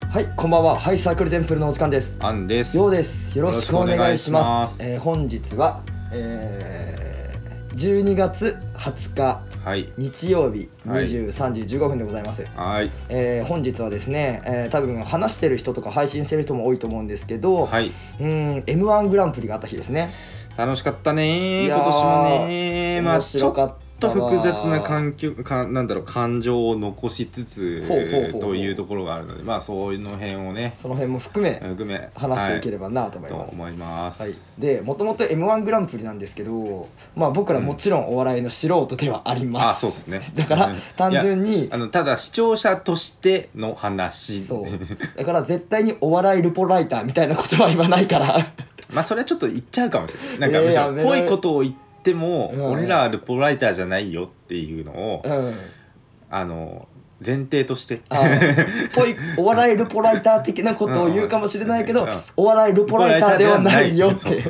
はい、こんばんは。ハイサークルテンプルのお時間です。 アンです。 ようです。よろしくお願いします。本日は、12月20日、 はい、 日曜日23時15分でございます。 はい、 本日はですね、多分話してる人とか配信してる人も多いと思うんですけど、 はい、 M1 グランプリがあった日ですね。 楽しかったね今年もね。 面白かった。 ちょっと複雑な感情を残しつつというところがあるので、まあそういうの辺をね、 その辺も含め話していければなと思います。 と思います。 はい、でもともと M1 グランプリなんですけど、まあ僕らもちろんお笑いの素人ではあります。 あ、そうですね。 だから単純にただ視聴者としての話。 そう。だから絶対にお笑いルポライターみたいなことは言わないから。 まあそれはちょっと言っちゃうかもしれない。なんかむしろぽいことを言ってでも、俺らはルポライターじゃないよっていうのを、前提としてお笑いルポライター的なことを言うかもしれないけど、お笑いルポライターではないよって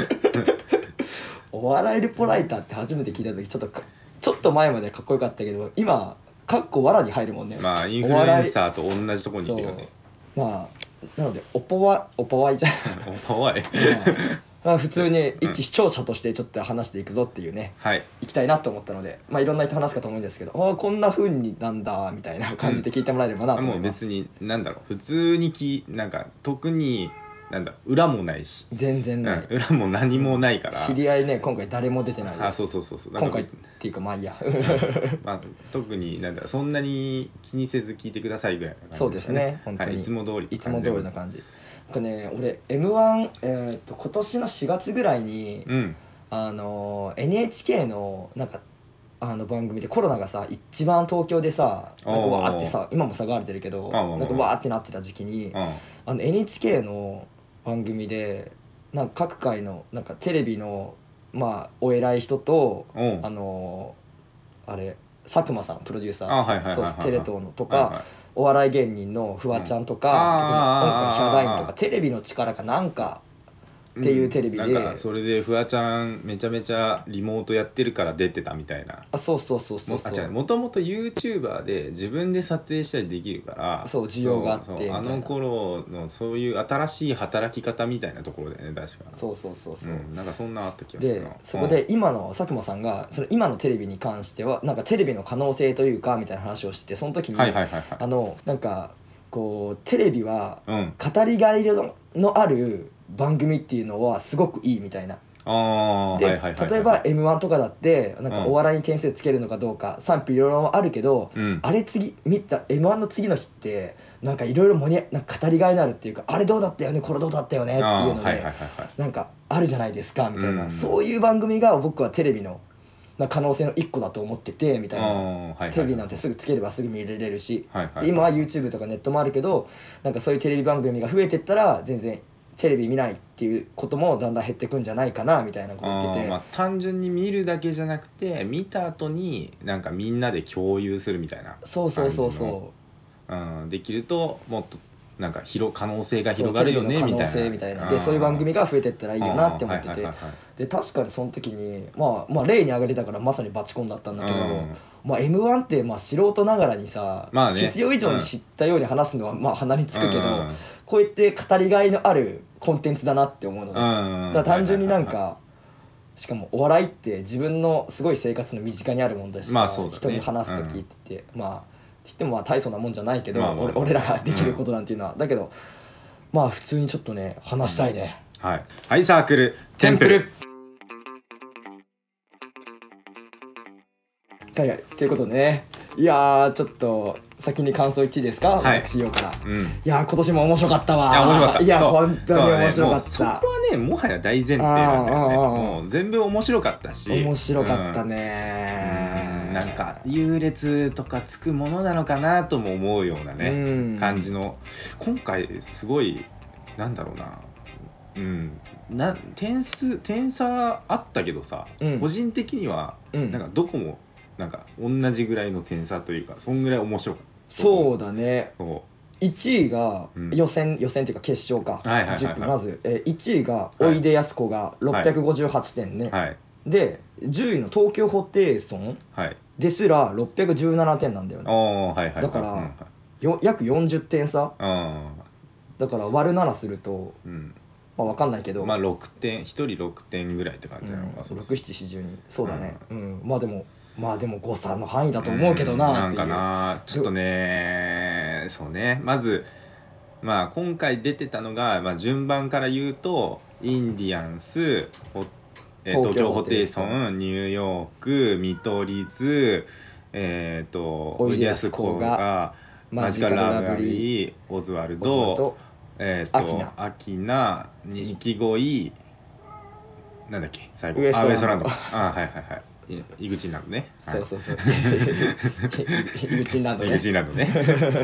お笑いルポライターって初めて聞いた時ちょっと前までかっこよかったけど、今かっこわらに入るもんね。 まあインフルエンサーと同じとこにいるよね。 まあなのでおぽわいじゃんおぽわいまあ普通に一視聴者としてちょっと話していくぞっていうね、行きたいなと思ったので、まあいろんな人話すかと思うんですけど、こんな風になんだみたいな感じで聞いてもらえればなと思います。 もう別に普通になんか特に裏もないし、 全然ない、 裏も何もないから、 知り合いね今回誰も出てないです。 あ、そう今回っていうかまあいいやまあ特にそんなに気にせず聞いてくださいぐらいな感じですね。 そうですね、本当に、 いつも通りな感じ。なんかね、俺 M1、今年の4月ぐらいに、NHK のなんか番組でコロナがさ一番東京でさなんかわーってさ、今も騒がれてるけど、なんかわーってなってた時期に、NHK の番組でなんか各界のなんかテレビのまあお偉い人とあれ佐久間さんプロデューサー、そうテレ東のとか、お笑い芸人のフワちゃんとか、音楽のヒャダインとか、テレビの力かなんかっていうテレビで、 なんかそれでフワちゃんめちゃめちゃリモートやってるから出てたみたいな。 そうもともと YouTuber で自分で撮影したりできるから、 そう需要があってあの頃のそういう新しい働き方みたいなところだよね、確か。 そう、 なんかそんなあった気がするな。 でそこで今の佐久間さんがその今のテレビに関してはなんかテレビの可能性というかみたいな話をして、その時になんかこうテレビは語りがいのある番組っていうのはすごくいいみたいな。で例えば M1 とかだってなんかお笑いに点数つけるのかどうか賛否両論はあるけど、あれ見た M1 の次の日ってなんかいろいろ語りがいのあるっていうか、あれどうだったよねこれどうだったよねっていうのでなんかあるじゃないですかみたいな、そういう番組が僕はテレビの可能性の一個だと思っててみたいな。テレビなんてすぐつければすぐ見れるし、で今は YouTube とかネットもあるけど、なんかそういうテレビ番組が増えてったら全然テレビ見ないっていうこともだんだん減ってくんじゃないかなみたいなこと言ってて、 単純に見るだけじゃなくて見た後になんかみんなで共有するみたいなそう、 できるともっとなんか可能性が広がるよねみたいな。 でそういう番組が増えてったらいいよなって思ってて、で確かにその時にまあ例に挙げてたからまさにバチコンだったんだけど、M1 って素人ながらにさ、必要以上に知ったように話すのは鼻につくけど、こうやって語りがいのあるコンテンツだなって思うので、だから単純になんかしかもお笑いって自分のすごい生活の身近にあるもんだしさ、人に話す時って言っても大層なもんじゃないけど、俺らができることなんていうのは、だけど普通にちょっとね話したいね。 ハイサークルテンプルということでね、いやちょっと先に感想言っていいですか、私ようから。いや今年も面白かったわ。 いや面白かった。 いや本当に面白かった。 そこはねもはや大前提なんだよね。もう全部面白かったし、 面白かったね。 なんか優劣とかつくものなのかなとも思うようなね感じの、今回すごいなんだろうな、点差あったけどさ、個人的にはなんかどこもなんか同じぐらいの点差というか、そんぐらい面白かった。 そうだね。1位が予選っていうか決勝か、まず1位がおいでやすこが658点ね、で10位の東京ホテイソンですら617点なんだよね。だから約40点差うんだから割る7すると、 うんまあ分かんないけど、 まあ6点1人6点ぐらいって感じなのか、 6、7、42そうだね、まあでも誤差の範囲だと思うけどなっていう、 なんかなちょっとねそうねまずまあ今回出てたのが、まあ、順番から言うとインディアンス東京ホテイソンニューヨーク見取り図おいでやすこがマジカルラブリーオズワルドアキナ錦鯉なんだっけ最後ウエストランドはいはいはい井口になるね、 はい、そう井口になるね井口になるね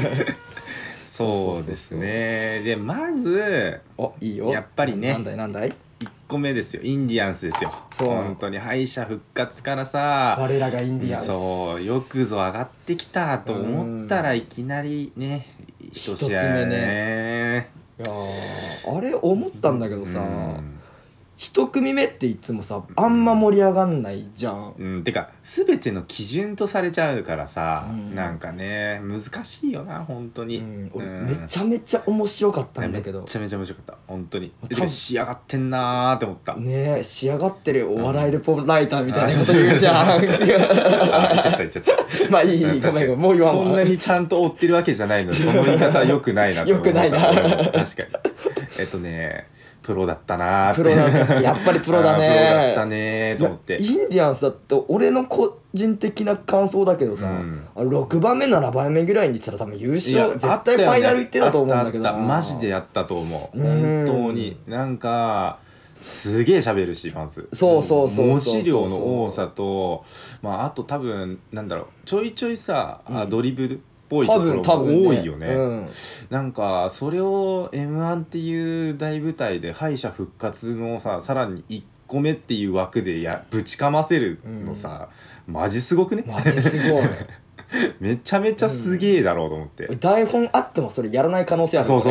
そうですねでまずいいよやっぱりねなんだい 1個目ですよインディアンスですよ本当に敗者復活からさ我らがインディアンスそうよくぞ上がってきたと思ったらいきなりね 1つ目ねいやあれ思ったんだけどさ一組目っていつもさあんま盛り上がんないじゃん、 てか全ての基準とされちゃうからさ、なんかね難しいよな本当に、 俺めちゃめちゃ面白かったんだけどめちゃめちゃ面白かった本当に仕上がってんなーって思ったねえ仕上がってるお笑いレポライターみたいなこと言うじゃん言っちゃったまあいいごめんもう言わんわそんなにちゃんと追ってるわけじゃないのその言い方は良くないなって思った良くないな確かにプロだったなーってやっぱりプロだねプロだったねーと思ってインディアンスだって俺の個人的な感想だけどさ、6番目7番目ぐらいに行ったら多分優勝絶対ファイナル行ってたと思うんだけどなマジでやったと思う本当になんかすげえ喋るしまずそう文字量の多さとあと多分なんだろうちょいちょいさアドリブル多いところも多いよね、なんかそれを M1 っていう大舞台で敗者復活のさらに1個目っていう枠でぶちかませるのさ、マジすごくねマジすごいめちゃめちゃすげえだろうと思って、 台本あってもそれやらない可能性あるそう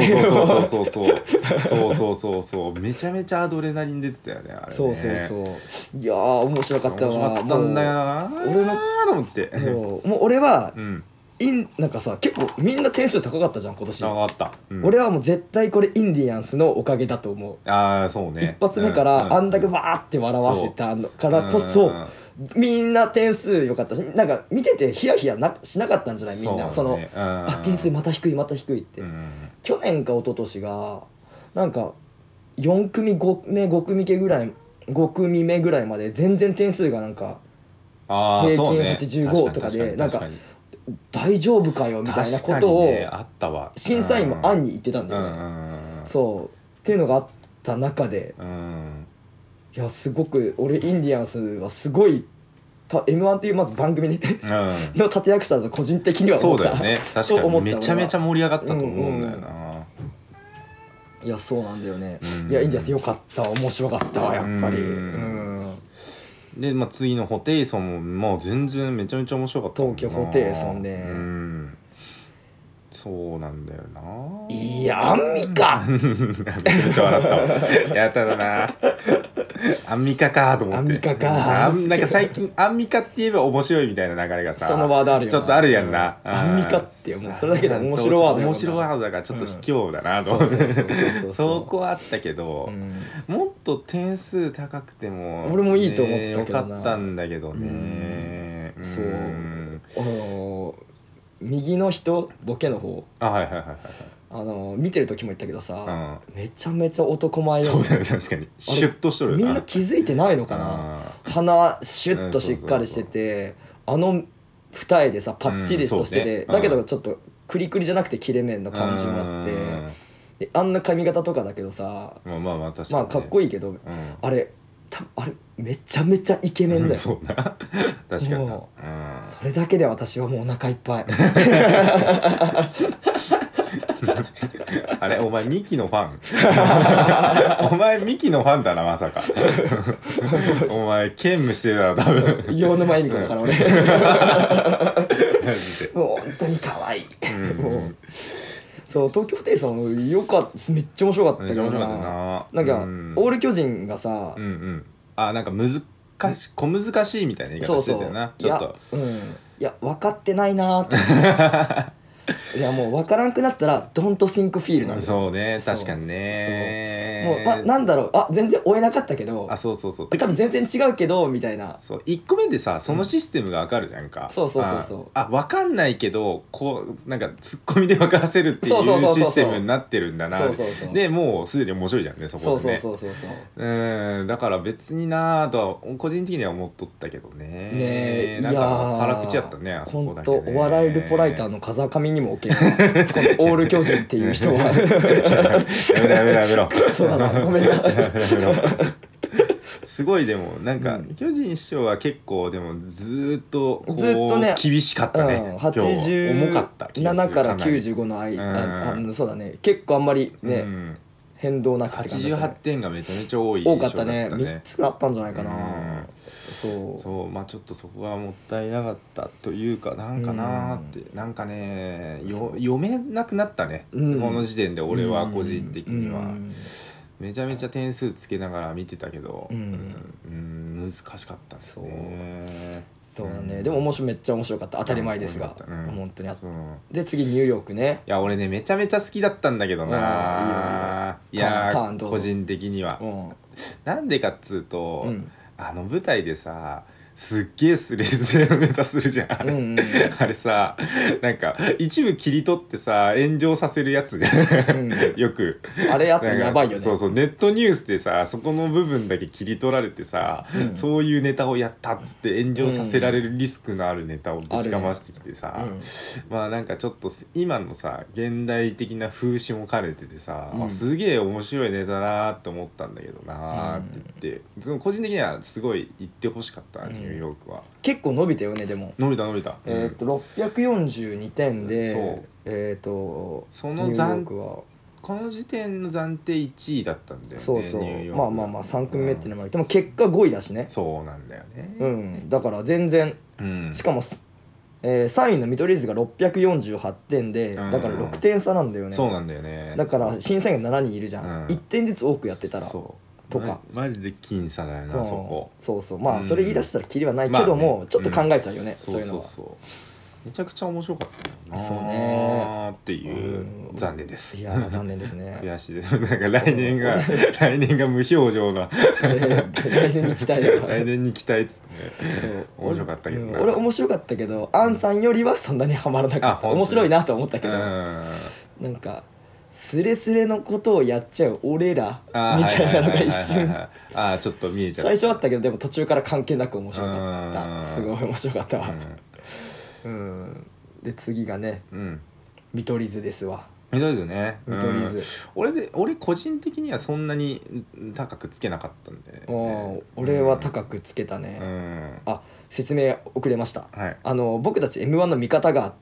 めちゃめちゃアドレナリン出てたよねあれねそういや面白かったわ面白かったんだよな俺のと思ってもう俺は、なんかさ結構みんな点数高かったじゃん今年あった、 俺はもう絶対これインディアンスのおかげだと思うそうね一発目からあんだけバーって笑わせたからこそみんな点数良かったしなんか見ててヒヤヒヤしなかったんじゃないみんな点数また低いって、去年か一昨年がなんか4組5組目ぐらいまで全然点数がなんか平均85とかでなんか大丈夫かよみたいなことを審査員も暗に言ってたんだよね。そうっていうのがあった中で、いやすごく俺インディアンスはすごいM1 っていうまず番組の立役者だと個人的には思った。 そうだよね確かにめちゃめちゃ盛り上がったと思うんだよな。 いやそうなんだよね。いやインディアンスよかった面白かったわやっぱり。 で次のホテイソンも全然めちゃめちゃ面白かった東京ホテイソンね、 そうなんだよないやアンミカめちゃめちゃ笑ったわやっただなアンミカかと思ってアンミカかなんか最近アンミカって言えば面白いみたいな流れがさそのワードあるよちょっとあるやんな、 アンミカってもうそれだけで面白ワード面白ワードだからちょっと卑怯だなと思ってそこはあったけど、もっと点数高くても俺もいいと思ったけどなよかったんだけどねそう右の人ボケの方見てる時も言ったけどさ、めちゃめちゃ男前よ。 そうだよ確かにシュッとしとるみんな気づいてないのかな。鼻シュッとしっかりしてて二重でさパッチリとしてて、だけどちょっとクリクリじゃなくて切れ目の感じもあって、あんな髪型とかだけどさ確かにかっこいいけど、あれめちゃめちゃイケメンだよ。 そうな確かにそれだけで私はもうお腹いっぱいあれお前ミキのファンお前ミキのファンだなまさかお前兼務してるだろ多分洋沼恵美子だから俺もう本当に可愛いそう東京ホテイソンよかっためっちゃ面白かったけどな。なんかオール巨人がさなんか小難しいみたいな言い方してたよな。ちょっといや分かってないなっていやもう分からんくなったら Don't think feel なんだよ。 そうね、確かにね。 もうなんだろう、全然追えなかったけど、 そう多分全然違うけどみたいな。 そう1個目でさそのシステムが分かるじゃんか、 そう分かんないけどこうなんかツッコミで分からせるっていうシステムになってるんだな。でもうすでに面白いじゃんね、そこでね。だから別になぁとは個人的には思っとったけどね。なんか辛口やったね、あそこだけね。 ほんとお笑いルポライターの風上にも置けるこのオール巨人っていう人はやめろそうだな、ごめんなすごい。でもなんか、巨人師匠は結構でもずっとね厳しかったね、重かった気がする。 87から95の間、そうだね、結構あんまりね、変動なくて 88点がめちゃめちゃ多かったね。3つあったんじゃないかな。 そうまあちょっとそこがもったいなかったというかなんかなーってなんかね読めなくなったね、この時点で俺は個人的には。めちゃめちゃ点数つけながら見てたけど、難しかったですね。 そうだね。でもめっちゃ面白かった。当たり前ですが、本当に。で次ニューヨークね。 いや俺ねめちゃめちゃ好きだったんだけどな。いや個人的にはなんでかっつうと、舞台でさすっげえスレスレのネタするじゃん、あれさなんか一部切り取ってさ炎上させるやつじゃん、よくあれやってやばいよね。 そうネットニュースでさそこの部分だけ切り取られてさ、そういうネタをやったっつって炎上させられるリスクのあるネタをぶちかましてきてさ、まあなんかちょっと今のさ現代的な風刺も兼ねててさ、すげえ面白いネタだなって思ったんだけどなって言って、その個人的にはすごい言ってほしかったニューヨークは。 結構伸びたよね。でも伸びた 642点で、 そのこの時点の暫定1位だったんだよね。 まあ3組目っていうのもある。でも結果5位だしね。 そうなんだよね。 だから全然、しかも3位の見取り図が648点で、だから6点差なんだよね。 そうなんだよね。 だから審査員が7人いるじゃん、1点ずつ多くやってたらとかマジで僅差だよな、そこ。 そうまあそれ言い出したらキリはないけども、ちょっと考えちゃうよね、そういうのは。 めちゃくちゃ面白かったよな。 そうねっていう残念です。 いや残念ですね。 悔しいです。なんか来年が無表情な来年に期待だ。 来年に期待っつって面白かったけど。 俺面白かったけど、アンさんよりはそんなにハマらなかった。面白いなと思ったけど、なんかスレスレのことをやっちゃう俺らみたいなのが一瞬ちょっと見えちゃう。 最初あったけど、でも途中から関係なく面白かった。すごい面白かったわ。で次がね、見取り図ですわ。 見取り図ね。 見取り図。 俺個人的にはそんなに高くつけなかったんで。 俺は高くつけたね。説明遅れました。僕たち M1 の見方があって、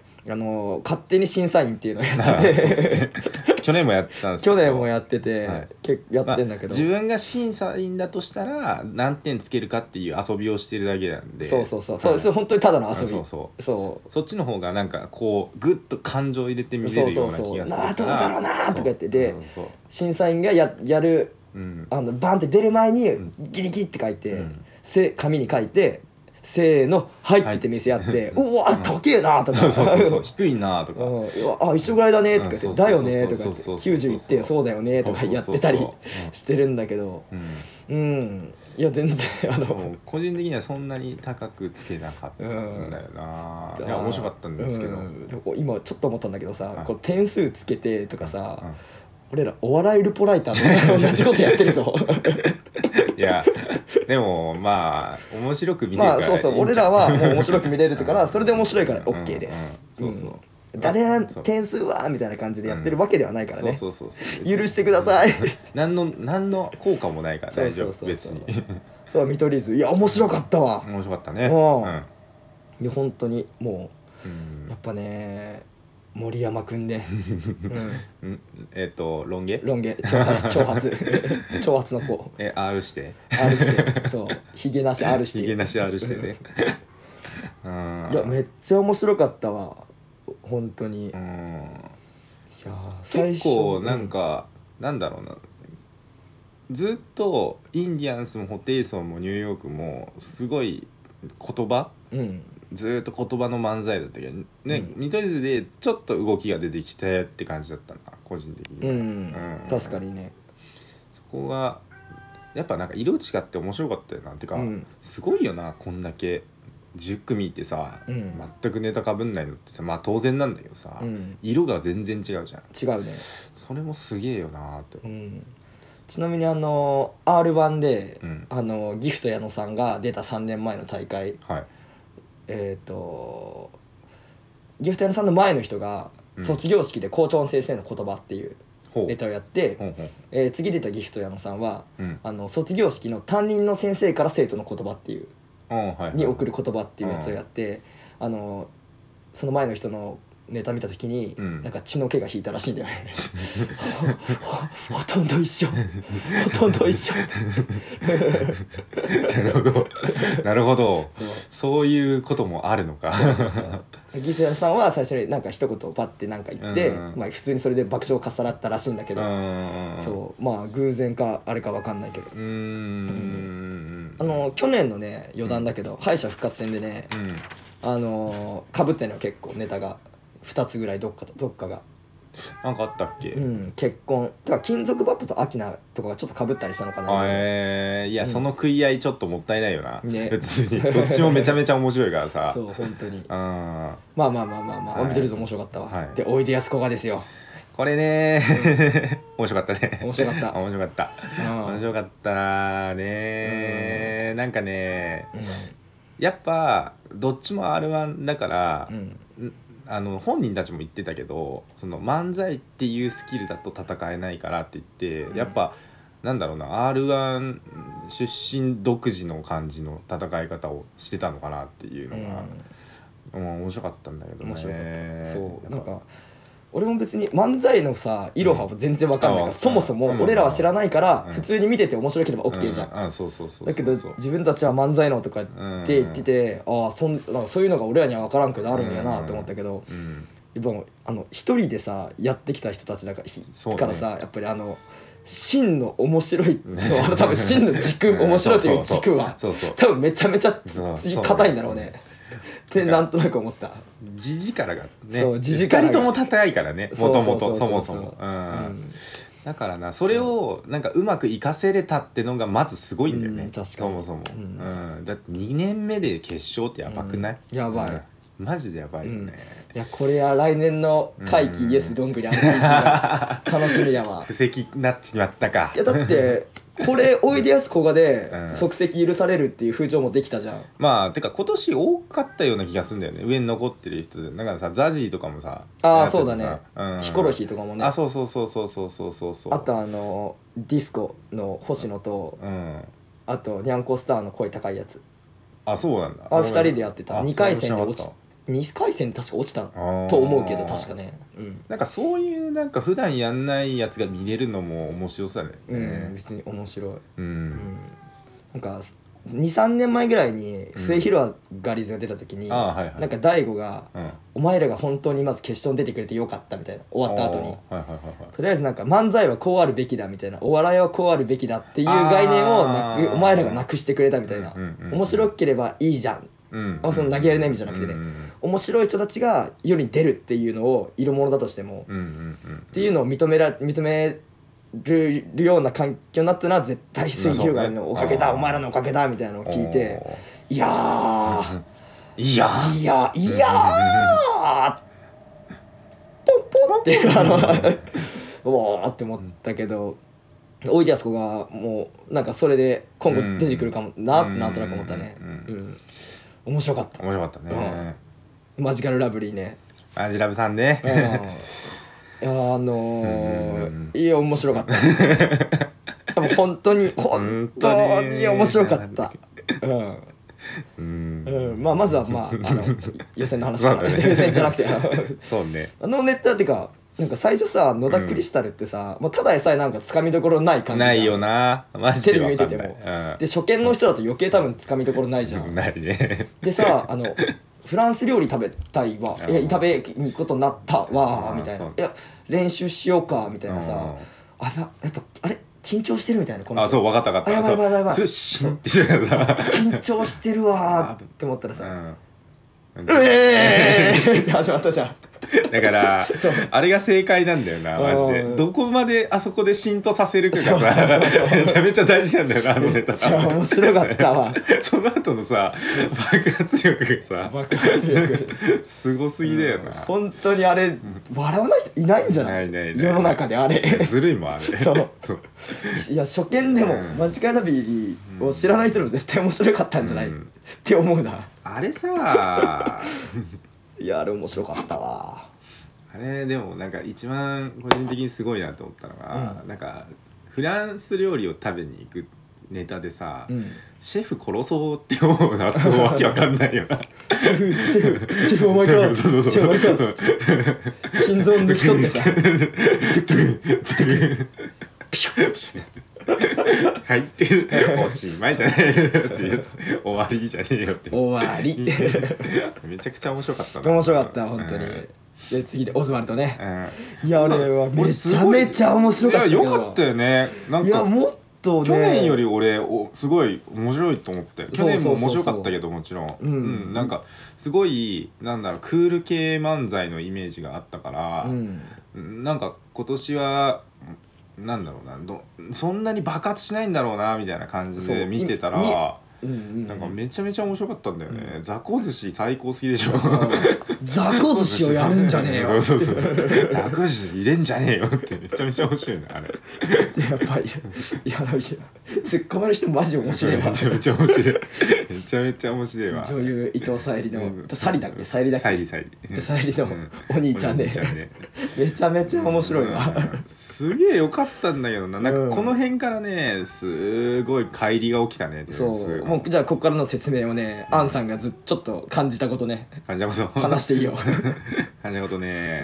勝手に審査員っていうのをやってて去年もやってたんですけど、 去年もやってて、やってんだけど、 自分が審査員だとしたら何点つけるかっていう遊びをしてるだけなんで。そう本当にただの遊び。 そっちの方がなんかこうグッと感情入れて見れるような気がするから。 どうだろうなとか言ってで、審査員がやるバンって出る前にギリギリって書いて、紙に書いて、せーのはいって言って見せ合って、うわ高えなとか、 低いなとか、 一緒ぐらいだねとか言って、だよねとか言って、91点そうだよねとかやってたりしてるんだけど、いや全然個人的にはそんなに高くつけなかったんだよな。いや面白かったんですけど、 今ちょっと思ったんだけどさ、これ点数つけてとかさ、俺らお笑いルポライターの同じことやってるぞいやでもまあ面白く見れるから、 俺らはもう面白く見れるからそれで面白いから OK です。誰点数はみたいな感じでやってるわけではないからね。許してください何の効果もないから大丈夫、別に。 そう見取り図、いや面白かったわ。 面白かったね。 いや本当にもうやっぱね、森山くんねロン毛長髪の子 R してそうひげなし R してねいやめっちゃ面白かったわ本当に。いや結構なんかなんだろうな、ずっとインディアンスもホテイソンもニューヨークもすごい言葉ずっと言葉の漫才だったけどね、見取り図でちょっと動きが出てきてって感じだったな個人的には。 確かにね。 そこがやっぱなんか色違って面白かったよな。てか、すごいよな、こんだけ10組いてさ、全くネタかぶんないのってさ、まあ当然なんだけどさ、色が全然違うじゃん。 違うね。 それもすげえよなって、 ちなみにR1 で、ギフト矢野さんが出た3年前の大会、 はい、 ギフト矢野さんの前の人が卒業式で校長先生の言葉っていうネタをやって、次出たギフト矢野さんは、卒業式の担任の先生から生徒の言葉っていう、に送る言葉っていうやつをやって、その前の人のネタ見た時に、なんか血の気が引いたらしいんだよねほとんど一緒ほとんど一緒なるほどなるほど、そういうこともあるのか。 ギフトさんは最初になんか一言バッてなんか言って、まあ普通にそれで爆笑をかっさらったらしいんだけど、そうまあ偶然かあれか分かんないけど、去年のね余談だけど、敗者復活戦でね、かぶってんのよ結構ネタが2つぐらいどっかがなんかあったっけ。 結婚だから金属バットとアキナとかがちょっとかぶったりしたのかな。 いや、その食い合いちょっともったいないよな、別にどっちもめちゃめちゃ面白いからさ。 そう本当にまあ見てると面白かったわ。でおいでやすこがですよこれね、面白かったね。 面白かった面白かった面白かったね。なんかね、やっぱどっちも R1 だから、本人たちも言ってたけど、その漫才っていうスキルだと戦えないからって言って、やっぱなんだろうな、 R1 出身独自の感じの戦い方をしてたのかなっていうのが、面白かったんだけどね。面白かった。 そうなんか俺も別に漫才のさいろはも全然わかんないから、そもそも俺らは知らないから普通に見てて面白ければ OK じゃん。だけど自分たちは漫才のとかって言ってて、そういうのが俺らには分からんけどあるんやなって思ったけど、やっぱ一人でさやってきた人たちだからさ、やっぱり真の面白いと多分真の軸面白いという軸は多分めちゃめちゃ硬いんだろうねってなんとなく思った。 地力がね、2人とも高いからね、もともとそもそも。だからな、それをなんかうまく活かせれたってのがまずすごいんだよね、そもそも。だって2年目で決勝ってやばくない？ やばい、 マジでやばいよね。 いやこれは来年の怪奇イエスどんぐり楽しみやわ。 布石なっちまったか。 いやだってこれおいでやすこがで即席許されるっていう風潮もできたじゃん。 まあてか今年多かったような気がするんだよね、上に残ってる人で。だからさ、ザジーとかもさ、 そうだね、ヒコロヒーとかもね。 そうあとディスコの星野と、あとニャンコスターの声高いやつ。 そうなんだ。 2人でやってた。2回戦で落ち2回戦確か落ちたと思うけど、確かね、 なんかそういうなんか普段やんないやつが見れるのも面白さだよね。 別に面白い。なんか 2,3 年前ぐらいに末広がりずが出た時に、なんか大悟が、お前らが本当にまず決勝に出てくれてよかったみたいな、終わった後にとりあえずなんか漫才はこうあるべきだみたいな、お笑いはこうあるべきだっていう概念をお前らがなくしてくれたみたいな、面白ければいいじゃん、その投げやりな意味じゃなくてね、面白い人たちが世に出るっていうのを色物だとしても、っていうのを認めるような環境になったのは絶対末広がりのおかげだ、お前らのおかげだみたいなのを聞いて、いやポンポンっておーって思ったけど、おいでやすこがもうなんかそれで今後出てくるかもなってなんとなく思ったね。面白かったね。マジカルラブリーね、 マジラブさんね。 いや面白かった。本当に面白かった。まあまずは予選の話から、予選じゃなくてそうね、 ネタっていうか、なんか最初さ野田クリスタルってさ、ただでさえなんかつかみどころない感じじゃん。 ないよな、マジで分かんない。 テレビ見てても、で初見の人だと余計多分つかみどころないじゃん。 ないね。 でさフランス料理食べたいわ、食べに行くことになったわみたいな、いや練習しようかみたいなさ、やっぱあれ緊張してるみたいな、このそう分かった分かった、 やばいシュッシュッってしてるからさ緊張してるわって思ったらさ、 って始まったじゃん。 だからあれが正解なんだよなマジで。どこまであそこで浸透させるかがさめちゃめちゃ大事なんだよなあのネタ。 めっちゃ面白かったわ。 その後のさ爆発力がさ爆発力すごすぎだよな。 本当にあれ笑わない人いないんじゃない？ ない世の中であれずるいもんあれ。 そういや初見でもマジカルラブリーを知らない人でも絶対面白かったんじゃない、って思うな。 あれさいやあれ面白かったわ。 あれでもなんか一番個人的にすごいなと思ったのが、なんかフランス料理を食べに行くネタでさ、シェフ殺そうって思うのはすごいわけわかんないよな。 シェフお前か。シェフお前か。心臓抜き取ってさ入ってるおしまいじゃねえっていうやつ終わりじゃねえよって終わりめちゃくちゃ面白かったな。 面白かった本当に。で次でオズワルドね、いやあれはめちゃめちゃ面白かった。 いやよかったよね。なんかいやもっとね去年より俺すごい面白いと思って。去年も面白かったけどもちろん、なんかすごいなんだろうクール系漫才のイメージがあったから、なんか今年はなんだろうなそんなに爆発しないんだろうなみたいな感じで見てたらなんかめちゃめちゃ面白かったんだよね。雑魚寿司最高すぎでしょ。 雑魚寿司をやるんじゃねえよ。 そう雑魚寿司入れんじゃねえよってめちゃめちゃ面白いねあれ。 やっぱりいや突っ込める人マジ面白いわ。 めちゃめちゃ面白い。めちゃめちゃ面白いわ。 女優伊藤沙莉の沙莉だっけ沙莉だっけ沙莉のお兄ちゃんでめちゃめちゃ面白いわ。 すげえ良かったんだけどな。なんかこの辺からねすごい乖離が起きたね。 そうもうじゃあここからの説明をねアンさんがちょっと感じたことね話していいよ。 感じたことね、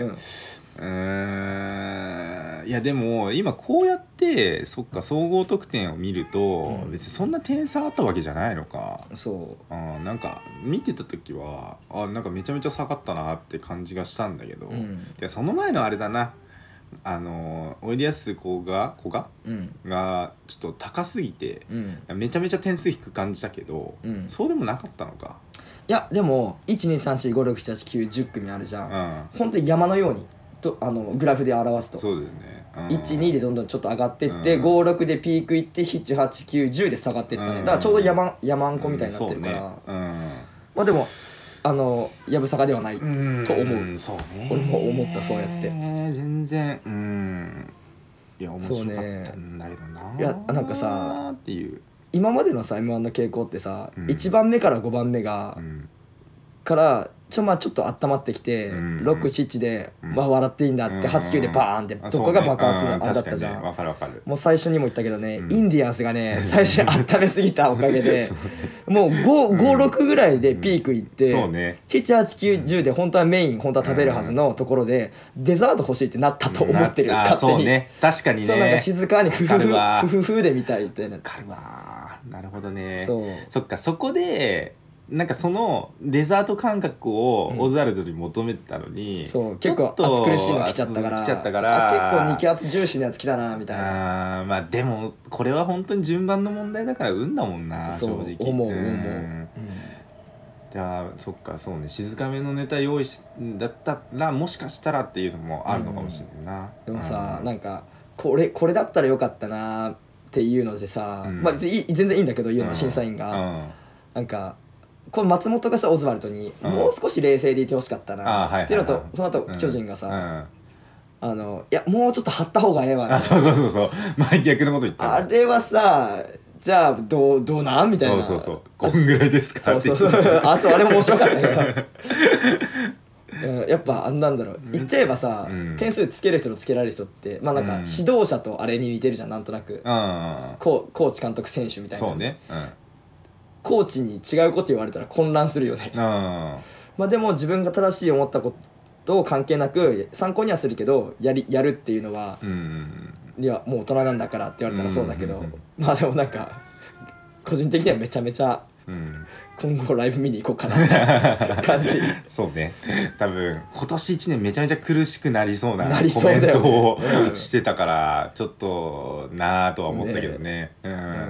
いやでも今こうやってそっか総合得点を見ると、別にそんな点差あったわけじゃないのか。そうなんか見てた時はなんかめちゃめちゃ下がったなって感じがしたんだけど、でその前のあれだなおいでやすこががちょっと高すぎて、めちゃめちゃ点数低く感じたけど、そうでもなかったのか。 いやでも 1,2,3,4,5,6,7,8,9,10 組あるじゃん、本当に山のようにとグラフで表すとそうだよね、 1,2 でどんどんちょっと上がってって、5,6 でピークいって7,8,9,10 で下がってったね、だからちょうど山んこみたいになってるから、まあでもやぶさかではないと思う。そうね、俺も思ったそうやって全然いや面白かったんだけどな。 いやなんかさっていう今までのさ M1 の傾向ってさ、1番目から5番目が、からちょっと温まってきて、6、7で、笑っていいんだって、8、9でバーンってどこが爆発のあれだったじゃん。もう最初にも言ったけどね、インディアンスがね最初に温めすぎたおかげでもう5、6ぐらいでピークいって、7、8、9、10で本当はメイン本当は食べるはずのところでデザート欲しいってなったと思ってる、勝手に。そうね、 確かにね。 そうなんか静かにフフフでみたいって。 わかるわ。なるほどね。そっかそこでなんかそのデザート感覚をオズワルドに求めてたのに、 そう結構暑苦しいの来ちゃったから結構二気圧重視のやつ来たなみたいな。 まあでもこれは本当に順番の問題だから運だもんな、正直。 思う、 じゃあそっかそうね、静かめのネタ用意だったらもしかしたらっていうのもあるのかもしれないな。 でもさ、なんかこれだったらよかったなっていうのでさ、まあ全然いいんだけど言うの審査員が、なんかこれ松本がさオズワルドにもう少し冷静でいてほしかったなっていうのと、その後巨人がさいやもうちょっと張った方がええわ、 そう前逆のこと言った。 あれはさじゃあどうなんみたいな。 こんぐらいですかって。 あとあれも面白かったけどやっぱなんだろう言っちゃえばさ、点数つける人とつけられる人ってまあなんか指導者とあれに似てるじゃん、なんとなく。コーチ監督選手みたいな。そうね。コーチに違うこと言われたら混乱するよね。まあでも自分が正しい思ったことを関係なく参考にはするけどやるっていうのは、いやもう大人なんだからって言われたらそうだけど、まあでもなんか個人的にはめちゃめちゃ今後ライブ見に行こうかなって感じ。 そうね、多分今年1年めちゃめちゃ苦しくなりそうなコメントをしてたからちょっとなぁとは思ったけどね。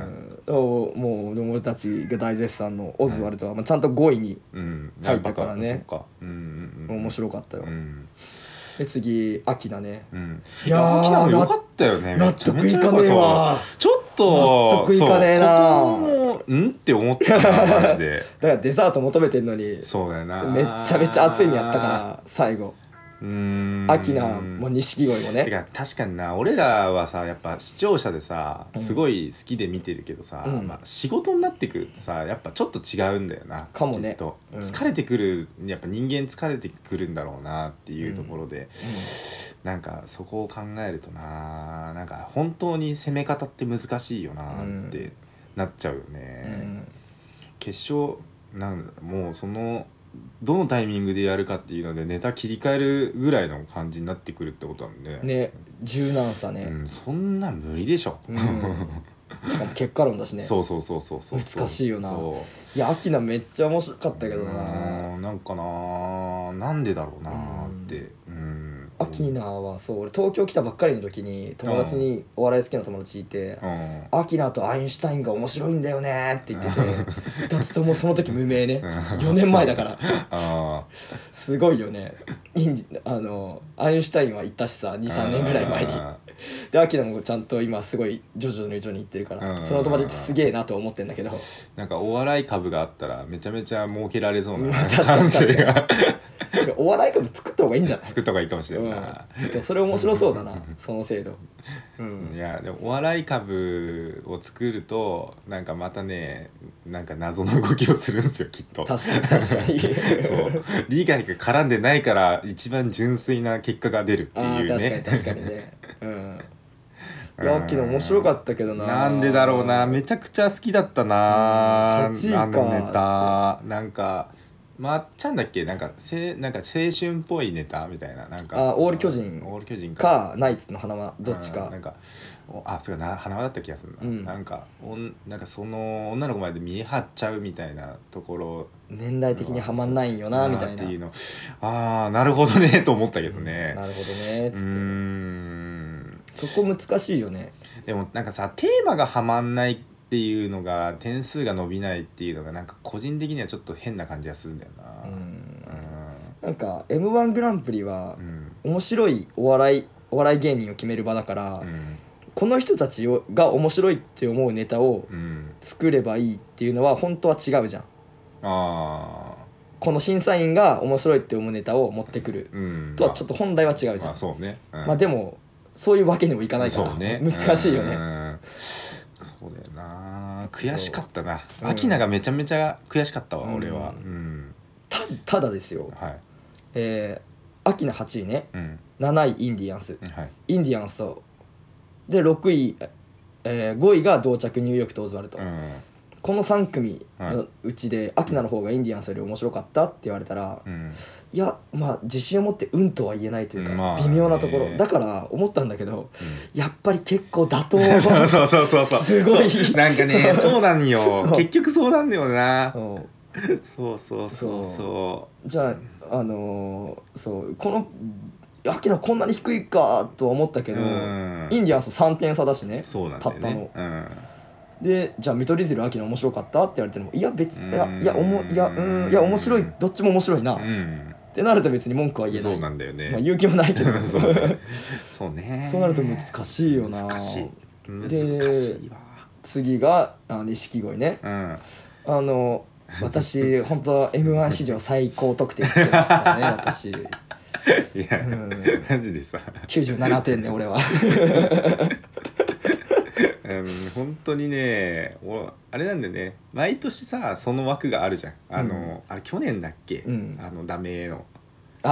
もう俺たちが大絶賛のオズワルドは、ちゃんと5位に入ったからね、面白かったよ、で次アキナね、 いやアキナも良かったよね。 納得いかねえわ。 ちょっと納得いかねえな。 ここもって思ったなマジで。 だからデザート求めてんのに、 そうだよな。 めっちゃめちゃ熱いのやったから最後。アキナも錦鯉もね。 てか確かにな、俺らはさやっぱ視聴者でさすごい好きで見てるけどさ、仕事になってくるとさやっぱちょっと違うんだよな。 かもね。 疲れてくる、やっぱ人間疲れてくるんだろうなっていうところで、なんかそこを考えるとな、なんか本当に攻め方って難しいよなってなっちゃうよね。決勝なんだ、もうそのどのタイミングでやるかっていうのでネタ切り替えるぐらいの感じになってくるってことなんでね、柔軟さね、 そんな無理でしょ、 しかも結果論だしね。 そう難しいよな。いやアキナめっちゃ面白かったけどな、 なんかな、なんでだろうなって、 アキナはそう、俺東京来たばっかりの時に友達に、お笑い好きな友達いて、アキナとアインシュタインが面白いんだよねって言ってて、2つともその時無名ね、4年前だからすごいよね。アインシュタインは行ったしさ、 2,3 年ぐらい前にでアキナもちゃんと今すごい徐々に行ってるから、その友達すげえなと思ってんだけど、 なんかお笑い株があったらめちゃめちゃ儲けられそうな感性がお笑い株作った方がいいんじゃない？ 作った方がいいかもしれないな、 それ面白そうだなその制度、 いやでもお笑い株を作るとなんかまたね、なんか謎の動きをするんですよきっと。 確かにそう利害が絡んでないから一番純粋な結果が出るっていうね。 確かにね。いやアキナ面白かったけどな。 なんでだろうな、めちゃくちゃ好きだったな、 8位かあのネタ。なんかまっちゃんだっけ、なんか青春っぽいネタみたいな、なんかオール巨人かナイツの花輪どっちか、 なんかそうかな、花輪だった気がするな、なんかその女の子まで見え張っちゃうみたいなところ、 年代的にはまんないよなみたいなっていうの、なるほどねと思ったけどね、 なるほどねつって、そこ難しいよね。 でもなんかさ、テーマがはまんないっていうのが、点数が伸びないっていうのがなんか個人的にはちょっと変な感じがするんだよな。 なんか M1 グランプリは面白いお笑い芸人を決める場だから、この人たちが面白いって思うネタを作ればいいっていうのは本当は違うじゃん。この審査員が面白いって思うネタを持ってくるとはちょっと本来は違うじゃん。 そうね、 でもそういうわけにもいかないから難しいよね。 そうだよな、悔しかったな。アキナがめちゃめちゃ悔しかったわ、俺は。 ただですよ、アキナ8位ね、7位インディアンス、インディアンスとで6位、5位が同着ニューヨークとオズワルド、この3組のうちでアキナの方がインディアンスより面白かったって言われたら、いや自信を持ってとは言えないというか、微妙なところだから思ったんだけど、やっぱり結構妥当そうすごいなんかね、そうなんよ、結局そうなんだよな。そうじゃあそうこのアキナこんなに低いかとは思ったけど、インディアンス3点差だしね、たったの。でじゃあ見取り図アキナ面白かったって言われても、いや別いや面白い、どっちも面白いな、ってなると別に文句は言えない。 そうなんだよね。 言う気もないけどそうね。 そうなると難しいよな。 難しいわ。 次が錦鯉ね。私本当 M1 史上最高得点つけましたね私。いや、マジでさ 97点ね俺は。 本当にね、あれなんだよね、毎年さその枠があるじゃん。あれ去年だっけ、ダメの去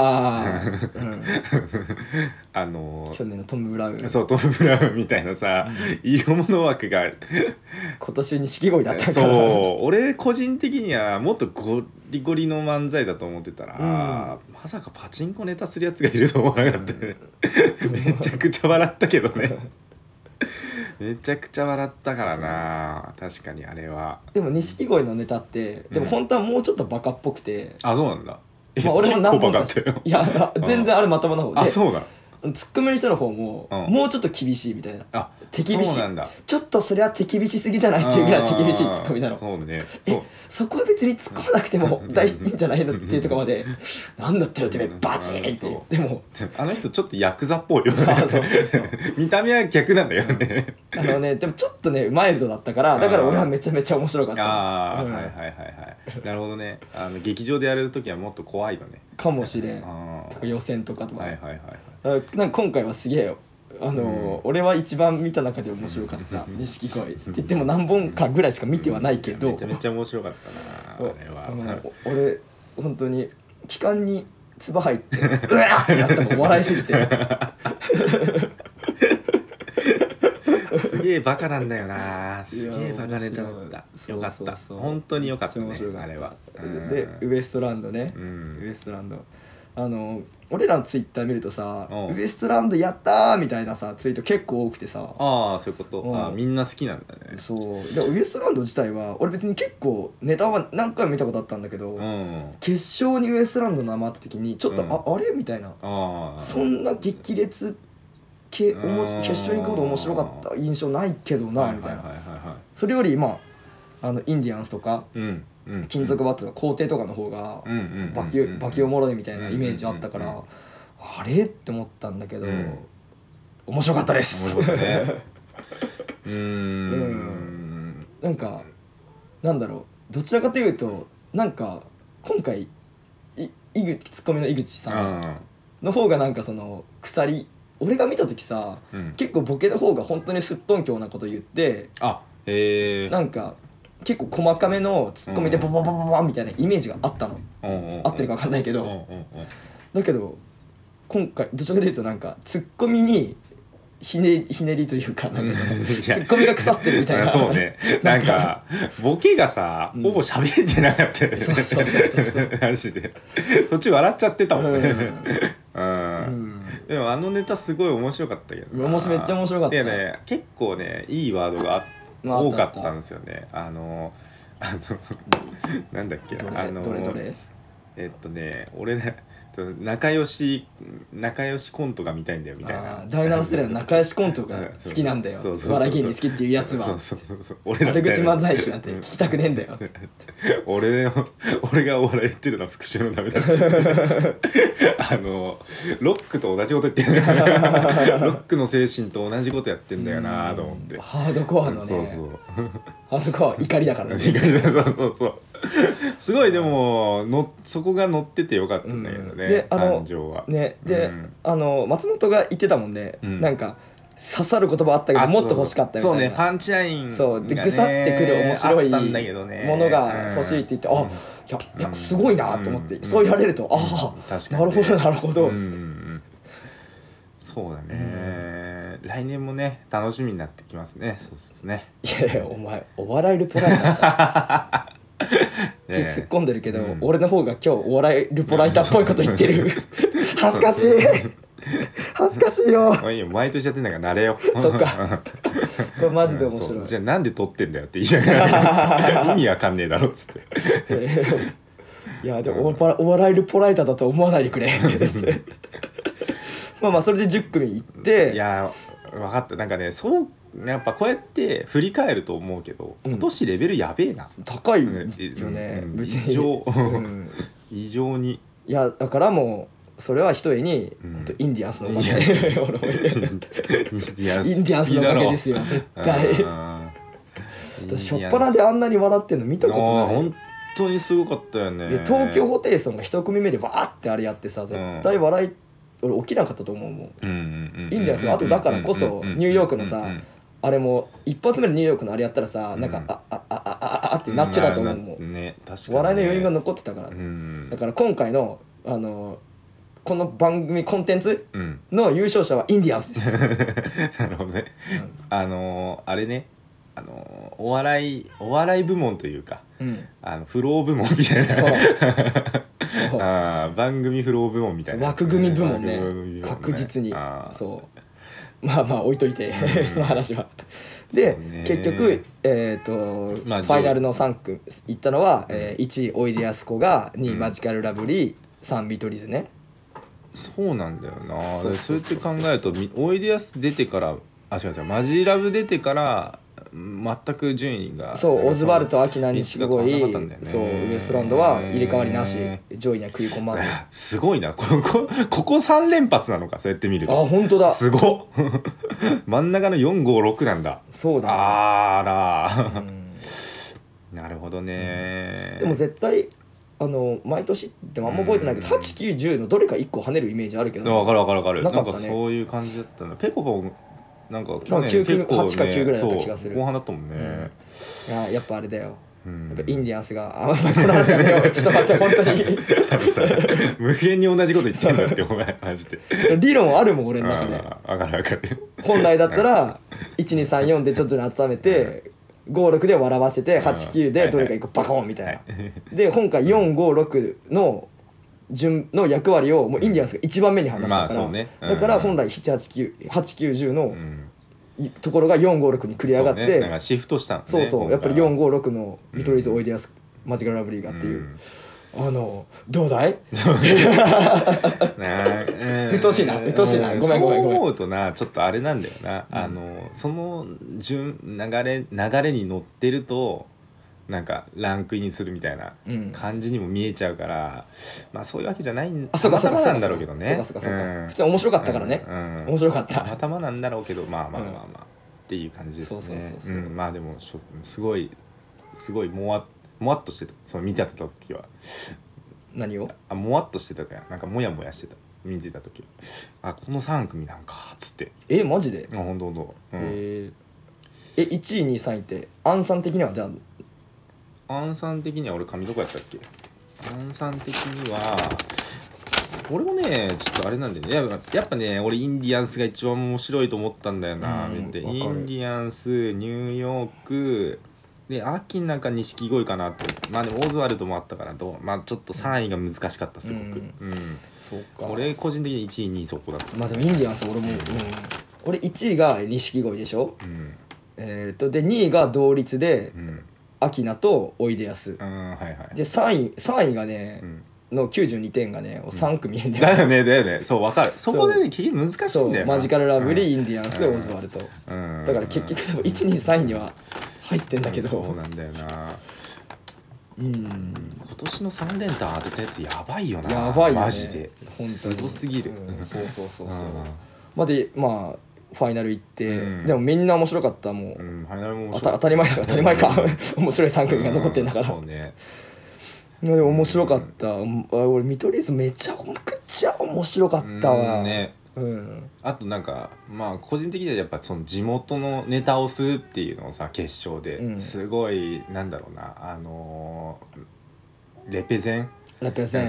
年のトム・ブラウン、 そうトム・ブラウンみたいなさ、色物枠がある。 今年錦鯉だったから。 そう俺個人的にはもっとゴリゴリの漫才だと思ってたら、まさかパチンコネタするやつがいると思わなかったね。めちゃくちゃ笑ったけどね。めちゃくちゃ笑ったからな。確かにあれは。 でも錦鯉のネタってでも本当はもうちょっとバカっぽくて、 そうなんだ。 俺も何本かいや全然あれまともな方で、 そうだ。 ツッコミの人の方も、もうちょっと厳しいみたいな。 あ、 手厳しい。 そうなんだ。 ちょっとそれは手厳しすぎじゃないっていうぐらい手厳しいツッコミなの。 そうね。 そこは別に突っ込まなくてもいいんじゃないのっていうところまでなんだったらてめえバチーンって。でもあの人ちょっとヤクザっぽいよね。そう見た目は逆なんだよね。 でもちょっとねマイルドだったから、だから俺はめちゃめちゃ面白かった。 ああ、はいはいはいはい。なるほどね。劇場でやるときはもっと怖いよね。 かもしれん。とか予選とかとか。 はいはいはい。 なんか今回はすげえよ。俺は一番見た中で面白かった錦鯉って言っても何本かぐらいしか見てはないけど、 めちゃめちゃ面白かったなあれは。 俺本当に気管に唾入ってうわーってなったもん、笑いすぎて。 すげえバカなんだよな。すげえバカネタだった。よかった。本当によかったねあれは。 でウエストランドね、ウエストランド俺らのツイッター見るとさ、ウエストランドやったーみたいなさツイート結構多くてさ、 ああそういうこと、みんな好きなんだね。 そうでウエストランド自体は俺別に結構ネタは何回も見たことあったんだけど、決勝にウエストランドの名前あった時にちょっと、あれみたいな、そんな激烈決勝に行くほど面白かった印象ないけどなみたいな。それよりインディアンスとか、金属バットとか皇帝とかの方がバキおもろいみたいなイメージあったから、あれって思ったんだけど、面白かったです。面白かったね。なんかなんだろう、どちらかというとなんか今回ツッコミの井口さんの方がなんかその鎖、俺が見た時さ、結構ボケの方が本当にすっとんきょうなこと言って、なんか結構細かめのツッコミでバババババみたいなイメージがあったの。合ってるか分かんないけど、だけど今回どちらかというとなんかツッコミにひねりというか、なんかそのツッコミが腐ってるみたいな。 そうね。なんかボケがさ、ほぼ喋ってなかったよね。そうマジで途中笑っちゃってたもんね。でもネタすごい面白かったけど。 めっちゃ面白かった。 いやね、結構ねいいワードが多かったんですよね。なんだっけ、 どれ俺ね仲良しコントが見たいんだよみたいな。 第7世代の仲良しコントが好きなんだよ、笑い芸人好きっていうやつは。俺悪口漫才師なんて聞きたくねえんだよ。 俺がお笑い言ってるのは復讐のためだって。ロックと同じこと言ってる。ロックの精神と同じことやってんだよなと思って。 ハードコアのね。ハードコア怒りだからね。 そうすごい。でもそこが乗っててよかったんだけどね。で感情はね。で松本が言ってたもんね、なんか刺さる言葉あったけどもっと欲しかったみたいな。 そうね、パンチラインがそうで、ぐさってくる面白いものが欲しいって言って、いやすごいなと思って、そう言われるとなるほどなるほど。そうだね。来年もね楽しみになってきますね。そうするとね。 いやお前お笑いルポライターって突っ込んでるけど、俺の方が今日お笑いルポライターっぽいこと言ってる。恥ずかしい。恥ずかしいよ。 いいよ、毎年やってんだから慣れよ。 そっか。これマジで面白い。 じゃあなんで撮ってんだよって言いながら意味わかんねえだろっつって。 いやでもお笑いルポライターだと思わないでくれ。まあそれで10組いって。 いや分かった。なんかね、やっぱこうやって振り返ると思うけど、今年レベルやべえな。 高いよね。 異常に。 いやだからもうそれはひとえにインディアンスのおかげ。インディアンスのおかげですよ絶対。しょっぱなであんなに笑ってんの見たことない。 本当にすごかったよね。 で東京ホテイソンが1組目でわーってあれやってさ、絶対笑い俺起きなかったと思うもん。インディアンスはあとだからこそニューヨークのさあれも一発目のニューヨークのあれやったらさ、なんかあってなってたと思うもん。笑いの余韻が残ってたから。だから今回のこの番組コンテンツの優勝者はインディアンスです。 なるほどね。あれね、お笑い部門というか、フロー部門みたいな。番組フロー部門みたいな。 枠組み部門ね、確実に。そうまあ置いといてその話は。で結局ファイナルの3組いったのは1位おいでやすこが、2位マジカルラブリー、3位見取り図ね。 そうなんだよな。そうやって考えるとおいでやす出てから違うマジラブ出てから全く順位がそうオズワルド、アキナにすごい、 そうウエストランドは入れ替わりなし、上位には食い込まず。 すごいな、ここ3連発なのか、そうやって見ると。 あ、本当だ、 すごっ真ん中の456なんだ。 そうだ、ね、 あらなるほどね。 でも絶対毎年ってあんま覚えてないけど、8、9、10のどれか1個跳ねるイメージあるけど、 分かる、 なんかそういう感じだったな。ペコパなんか去年結構、ね、8か9ぐらいだった気がする。 後半だったもんね、 やっぱあれだよ、やっぱインディアンスがこの話やめようちょっと待って本当に無限に同じこと言ってんだってお前マジで理論あるもん俺の中で。 分かる本来だったら1234でちょっと集めて56で笑わせて89でどれか1個バコーンみたいなで今回456の順の役割をもうインディアンスが一番目に話したから、だから本来78910のところが456に繰り上がって、 なんかシフトしたんですね。そうやっぱり456の見取り図おいでやすマジカルラブリーがっていう、どうだい？うとしいなごめん。 そう思うとな、ちょっとあれなんだよな、その流れに乗ってるとなんかランクインするみたいな感じにも見えちゃうから、まあそういうわけじゃないたまたまなんだろうけどね。 普通に面白かったからね、面白かったたまたまなんだろうけど、まあっていう感じですね。まあでもすごいもわっとしてた、その見てた時は。 何を？ もわっとしてたから、なんかモヤモヤしてた、見てた時は。この3組なんかっつって。 マジで？ ほんと。 1位2位3位ってアンさん的にはじゃあアンさん的には俺髪どこやったっけ？アンさん的には俺もねちょっとあれなんだよね、やっぱね俺インディアンスが一番面白いと思ったんだよな。インディアンス、ニューヨークで秋なんか錦鯉かなって。まあでもオズワルドもあったからまあちょっと3位が難しかったすごく。 そうか。 俺個人的に1位2位そこだった。 まあでもインディアンス俺も、俺1位が錦鯉でしょ、で2位が同率で、アキナとおいでやす、で3位がね、の92点がね3組いるんだよね。だよね、そう分かる。そこでね結局難しいんだよな。 マジカルラブリー、インディアンス、オズワルド、だから結局でも1、2、3位には入ってんだけど、 そうなんだよな。今年の3連単当てたやつやばいよな。 やばいよね、 マジですごすぎる。 そうまでまあファイナル行って、でもみんな面白かったもう、ファイナルも当たり前か面白い3組が残ってんだから、 そうね。 でも面白かった。俺見取り図めちゃくちゃ面白かったわね。 あとなんかまあ個人的にはやっぱその地元のネタをするっていうのをさ決勝ですごいなんだろうな、レペゼン地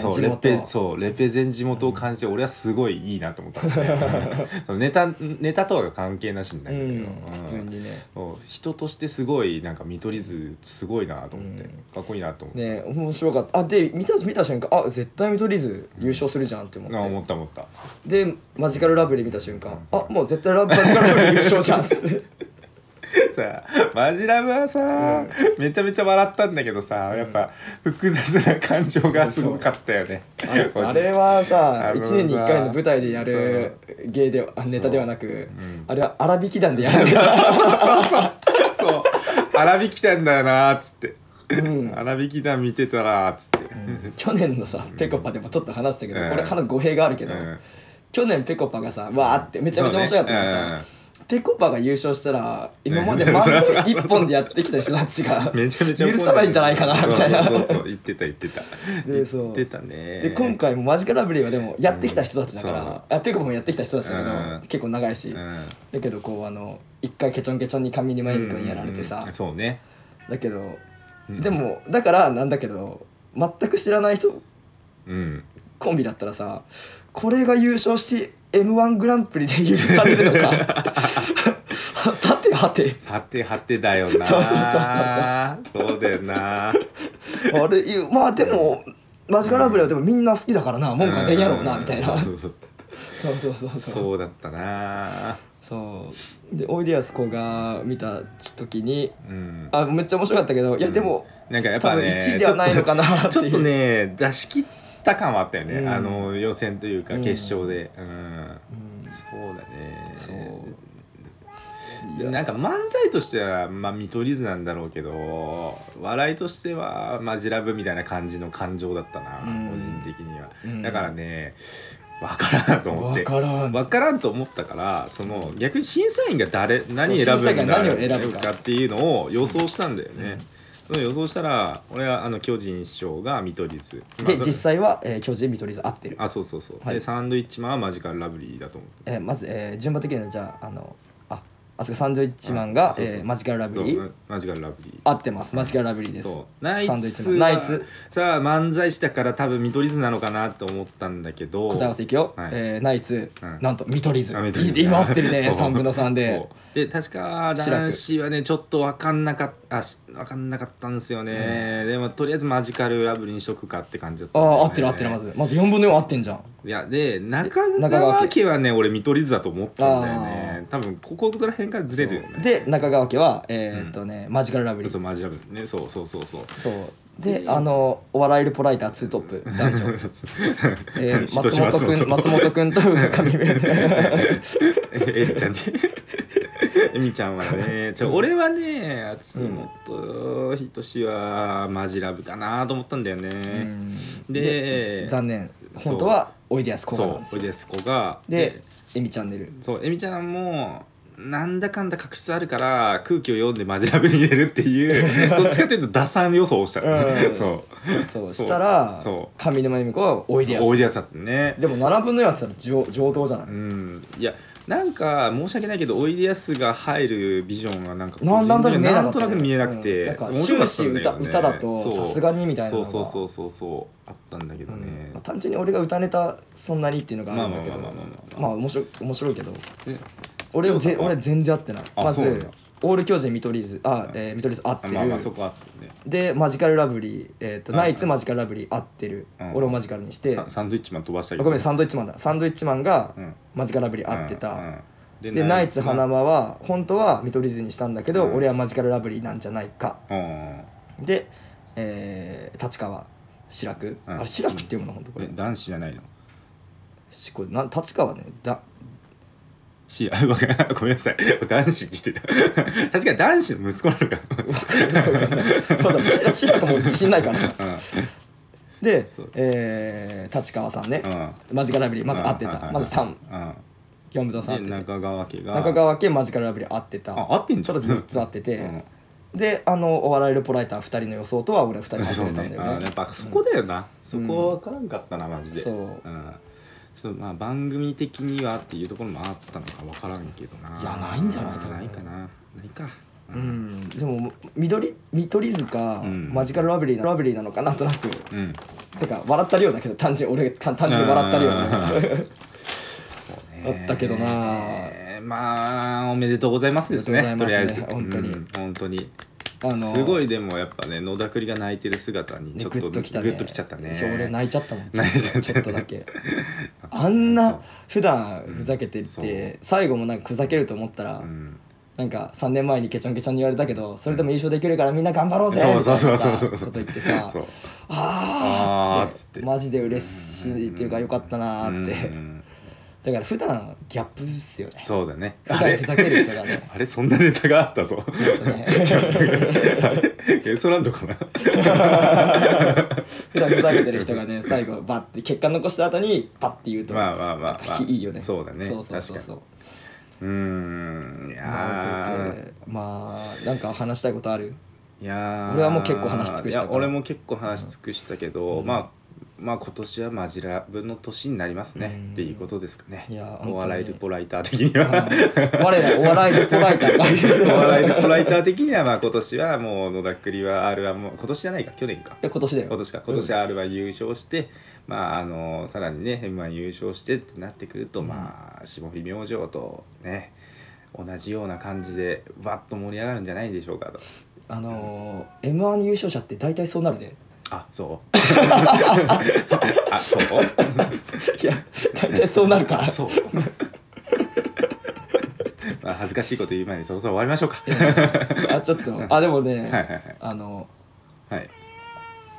元を感じて、俺はすごいいいなと思ったんでネタとは関係なしになるけど、 普通にね人としてすごいなんか見取り図すごいなと思って、かっこいいなと思ってね、面白かった。で見た瞬間絶対見取り図優勝するじゃんって思って、 思ったでマジカルラブリー見た瞬間もう絶対マジカルラブリー優勝じゃんってさマジラブはさ、めちゃめちゃ笑ったんだけどさ、やっぱ複雑な感情がすごかったよね。 あれはさ1年に1回の舞台でやる芸でネタではなく、あれは荒引き団でやるんだ。 そう荒引き団だよなーっつって、荒引き団見てたらーっつって、 去年のさぺこぱでもちょっと話したけど、これかなり語弊があるけど、去年ぺこぱがさわーってめちゃめちゃ面白かったからさ、ぺこぱが優勝したら今まで漫才一本でやってきた人たちがめちゃめちゃ許さないんじゃないかなみたいな。 そう言ってた言ってたね。 で今回もマジカルラブリーはでもやってきた人たちだから、ぺこぱもやってきた人たちだけど結構長いし、だけどこう一回ケチョンケチョンに上沼恵美子にやられてさ、 そうね。 だけどでもだからなんだけど全く知らない人コンビだったらさ、これが優勝して M1 グランプリで許されるのかさてはてだよな。そうだよな。 あれまあでもマジカルラブリーはでもみんな好きだからな、文句は出んやろうなみたいな。 そうだったな。 そうでおいでやすこが見た時に、めっちゃ面白かったけど、いやでもなんかやっぱね 1位ではないのかなっていうちょっとね出し切っった感はあったよね、 うん予選というか決勝で、 うんそうだね。 そうなんか漫才としては見取り図なんだろうけど、笑いとしてはマジラブみたいな感じの感情だったな、個人的には、だからね分からんと思って分からんと思ったから、その逆に審査員が何選ぶんだかっていうのを予想したんだよね、予想したら俺は巨人師匠が見取り図で、実際は、巨人見取り図合ってる。 そう、はい、でサンドイッチマンはマジカルラブリーだと思う。 まず、順番的にはじゃあサンドイッチマンがマジカルラブリー。 マジカルラブリー合ってます。マジカルラブリーです。 ナイツさあ漫才師だから多分見取り図なのかなと思ったんだけど、 答え合わせいくよ、ナイツ、なんと見取り図。今合ってるね。3分の3で。 で確か男子はねちょっと分かんなかったんですよね、でもとりあえずマジカルラブリーにしとくかって感じだった、 合ってるまず4分の4合ってんじゃん。 いやで中川家はね俺見取り図だと思ったんだよね。多分ここら辺からずれるよね。 で中川家はマジカルラブリー。 そうマジラブね。そうでお笑いルポライター2トップ男女松本くんと上目エリちゃんねエミちゃんはね俺はね松本人志はマジラブかなと思ったんだよね。で残念、本当はおいでやすこがなんですよ。 おいでやすこがでエミチャンネル。 エミちゃんもなんだかんだ確執あるから空気を読んでマジラブに入れるっていうどっちかというと打算予想をした、 そうしたら上沼恵美子はおいでやすだったね。 でも7分の4って言ったら上等じゃない。 いやなんか申し訳ないけどおいでやすが入るビジョンがなんかなんとなく見えなくて、 なんか終始歌だとさすがにみたいなのがあったんだけどね、 単純に俺が歌ネタそんなにっていうのがあるんだけど、まあ面白いけど俺全然合ってない。まずオール巨人見取り図見取り図合ってる。 そこ合ってるね。 でマジカルラブリーナイツマジカルラブリー合ってる。俺をマジカルにしてサンドイッチマン飛ばしたけど、 ごめんサンドイッチマンだ。サンドイッチマンがマジカルラブリー合ってた。でナイツ花間は本当は見取り図にしたんだけど俺はマジカルラブリーなんじゃないか。で立川志らく、あれ志らくっていうもの本当これ男子じゃないの。 これ立川ねごめんなさい男子って言ってた確かに男子の息子なのか志らくも自信ないからで立川さんねマジカルラブリーまず合ってた。まず3 4分の3 中川家マジカルラブリー合ってた。 合ってんじゃん。 ちょっと4つ合っててでお笑いルポライター2人の予想とは俺2人外れたんだよね。 やっぱそこだよな。そこ分からんかったなマジで。ちょっと番組的にはっていうところもあったのか分からんけどな。 いやないんじゃない。 ないか。 でも見取り図かマジカルラブリーなのかなんとなく。てか笑った量だけど単純に笑った量だったけどな。 おめでとうございますですね。とりあえず本当にすごい。でもやっぱね野田栗が泣いてる姿にちょっとグッときちゃったね。 俺泣いちゃったもんちょっとだけあんな普段ふざけてって最後もなんかふざけると思ったらなんか3年前にケチョンケチョンに言われたけどそれでも優勝できるからみんな頑張ろうぜみたいなこと言ってさあーっつってマジで嬉しいっていうかよかったなーってだから普段ギャップっすよね。 そうだね。 普段ふざける人がねあれそんなネタがあったぞ。エソランドかな。 普段ふざけてる人がね最後バッて結果残した後にパッて言うといいよね。 そうだね。 そういやまあなんか話したいことある？ いや俺はもう結構話し尽くしたから。 俺も結構話し尽くしたけどまあ今年はマジラブの年になりますねっていうことですかね。お笑いルポライター的にはお笑いルポライターがお笑いルポライター的には今年はもう野田栗は R1 も今年じゃないか去年か今年だよ。 今年 R1 優勝してさらにね M1 優勝してってなってくると霜降り明星とね同じような感じでわっと盛り上がるんじゃないでしょうかと。 M1 優勝者って大体そうなるで。 そうそういや大体そうなるからそう恥ずかしいこと言う前にそろそろ終わりましょうか。 ちょっとでもね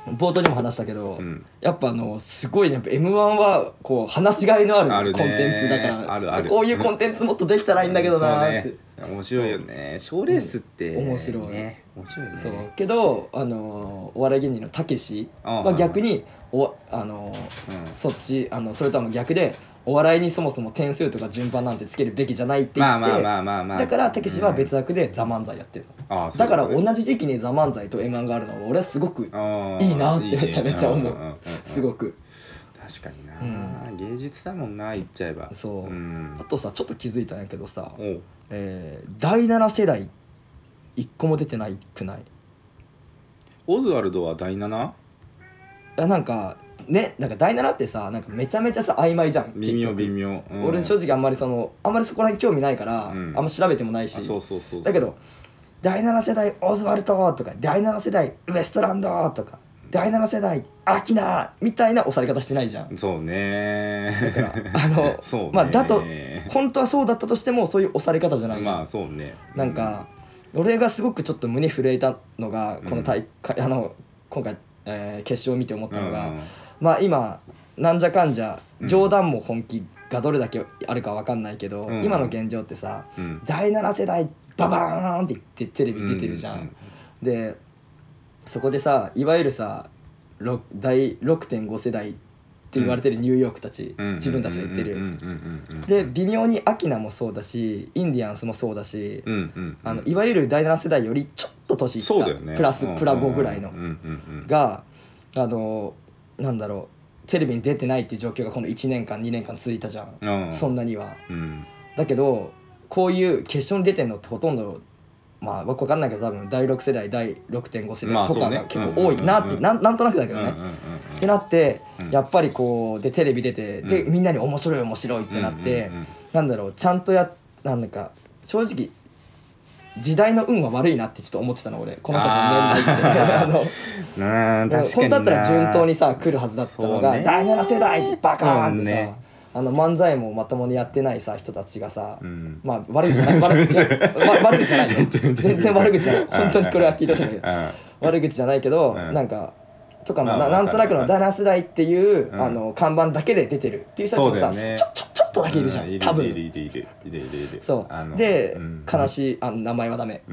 冒頭にも話したけど、やっぱすごいね、やっぱ M1 はこう話しがいのあるコンテンツだからこういうコンテンツもっとできたらいいんだけどなーって、 面白いよね賞レースって、 面白いね、面白いね。 そうけどお笑い芸人のたけしは逆にそっちそれとは逆でお笑いにそもそも点数とか順番なんてつけるべきじゃないって言ってだからたけしは別枠で「ザ漫才やってるの。だから同じ時期に「ザ漫才と M1 があるのは俺はすごくいいなってめちゃめちゃ思う。すごく確かにな、芸術だもんな言っちゃえば。 そう、あとさちょっと気づいたんやけどさ、第7世代一個も出てないくない？ オズワルドは第 7？ なんかね、なんか第7ってさなんかめちゃめちゃさ曖昧じゃん。 微妙、 俺正直あんまりそこら辺興味ないから、あんま調べてもないし。 そうだけど第7世代オズワルドとか第7世代ウエストランドとか第7世代アキナみたいな押され方してないじゃん。 そうね。 だからそうね、まあだと本当はそうだったとしてもそういう押され方じゃないじゃん。 まあそうね。 なんか、俺がすごくちょっと胸震えたのがこの大会、今回、決勝を見て思ったのが、まあ今なんじゃかんじゃ冗談も本気がどれだけあるか分かんないけど、今の現状ってさ、第7世代ババーンって言ってテレビ出てるじゃん。でそこでさいわゆるさ第 6.5 世代って言われてるニューヨークたち、自分たちが言ってる。で微妙にアキナもそうだしインディアンスもそうだし、いわゆる第7世代よりちょっと年いった、プラ5ぐらいのがなんだろうテレビに出てないっていう状況がこの1年間2年間続いたじゃん、そんなには。だけどこういう決勝に出てんのってほとんどまあ分かんないけど多分第6世代第 6.5 世代とかが結構多いなってなんとなくだけどねってなって、やっぱりこうでテレビ出てでみんなに面白いってなって、なんだろうちゃんとなんか正直時代の運は悪いなってちょっと思ってたの俺この人たちの年代って本当だったら順当にさ来るはずだったのが、第7世代ってバカーンってさ、漫才もまともにやってないさ人たちがさ、まあ悪口じゃない悪口じゃないよ全然悪口じゃない本当にこれは聞いてほしいんだけど悪口じゃないけど、なんかとかなんとなくの第7世代っていう看板だけで出てるっていう人たちもさちょっとだけいるじゃん多分。そうで悲しい名前はダメ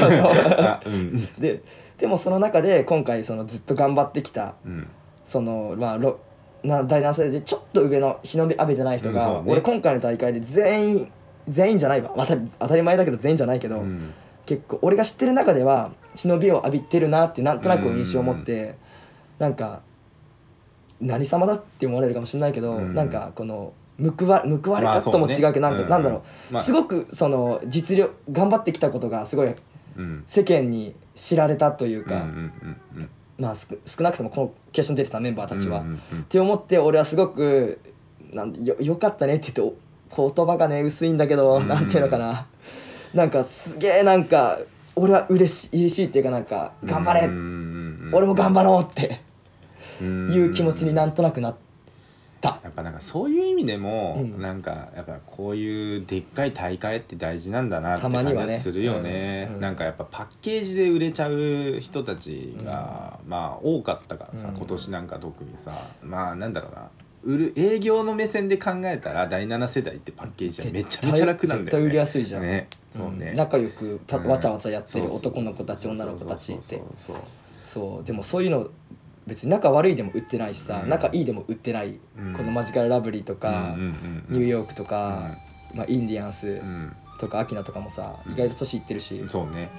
でもその中で今回ずっと頑張ってきたまあ第7世代でちょっと上の日の目浴びてない人が、俺今回の大会で全員じゃないわ当たり前だけど全員じゃないけど、結構俺が知ってる中では日の目を浴びてるなってなんとなく印象を持って、なんか何様だって思われるかもしれないけど、なんかこの報われたとも違うけど、なんだろう、すごく実力頑張ってきたことがすごい世間に知られたというか、まあ少なくともこの決勝に出てたメンバーたちは、って思って俺はすごくよかったねって言って言葉がね薄いんだけど、なんていうのかな、なんかすげえなんか俺は嬉しいっていうかなんか頑張れ、俺も頑張ろうっていう気持ちになんとなくなった。 やっぱなんかそういう意味でも、なんかやっぱこういうでっかい大会って大事なんだなって感じがするよね。なんかやっぱパッケージで売れちゃう人たちが、まあ多かったからさ、今年なんか特にさ、まあなんだろうな、営業の目線で考えたら第7世代ってパッケージはめちゃめちゃ楽なんだよね。 絶対売りやすいじゃん、 ね、そうね、 仲良くわちゃわちゃやってる男の子たち女の子たちって、そうでもそういうの別に仲悪いでも売ってないしさ、仲いいでも売ってない、このマジカルラブリーとか、ニューヨークとか、まあ、インディアンスとかアキナとかもさ、意外と年いってるし、 そうね、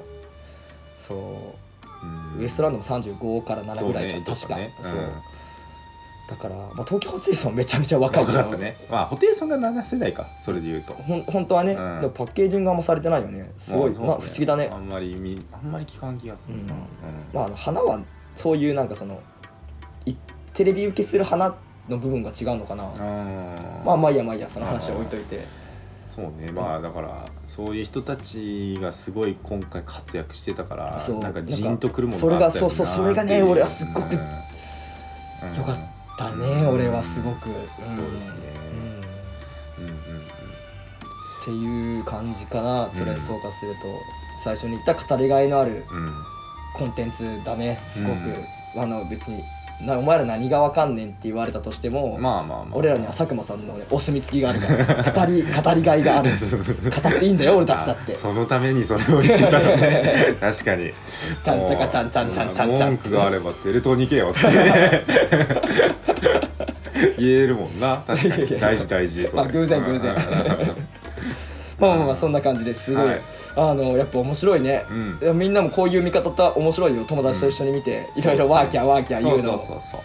ウエストランドも35から7ぐらいじゃん、確か。そうだから、まあ、東京ホテイソンめちゃめちゃ若いじゃん。 まあホテイソンが7世代か、それでいうと本当はね、でもパッケージングあんまされてないよね。すごい不思議だね。 あんまり聞かん気がするな。 まあ花はそういうなんかテレビ受けする花の部分が違うのかな。まあいいやその話は置いといて。 そうね、まあだからそういう人たちがすごい今回活躍してたから、なんかジーンとくるものがあったよな。 それがね俺はすっごくよかったね、俺はすごく。そうですね。っていう感じかな。それ総括すると最初に言った語りがいのあるコンテンツだね。すごく別にお前ら何がわかんねんって言われたとしても、俺らには佐久間さんのねお墨付きがあるから語りがいがある語っていいんだよ俺たちだって。 そのためにそれを言ってたのね確かにちゃんちゃかちゃんちゃんちゃんちゃんちゃん文句があればテレ東に行けよって言えるもんな。確かに大事偶然まあそんな感じですごい、やっぱ面白いね、みんなもこういう見方って面白いよ。友達と一緒に見ていろいろワーキャー言うの。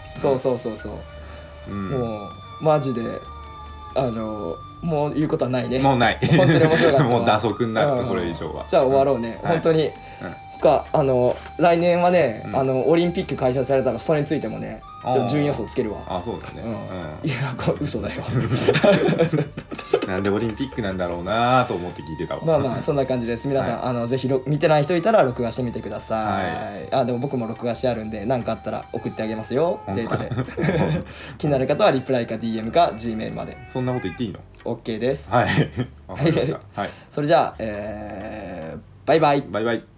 そうもうマジでもう言うことはないね。 もうない本当に面白かったもう打足になるこれ以上は。 じゃあ終わろうね、本当に。来年はね、オリンピック開催されたらそれについてもね順位予想つけるわ。 そうだね。 いや嘘だよなんでオリンピックなんだろうなと思って聞いてたわ。 まあそんな感じです。皆さんぜひ見てない人いたら録画してみてください。でも僕も録画してあるんで何かあったら送ってあげますよデータで気になる方はリプライか DM か Gmail まで。 そんなこと言っていいの？ OK です。 はいわかりました。 それじゃあバイバイ。 バイバイ。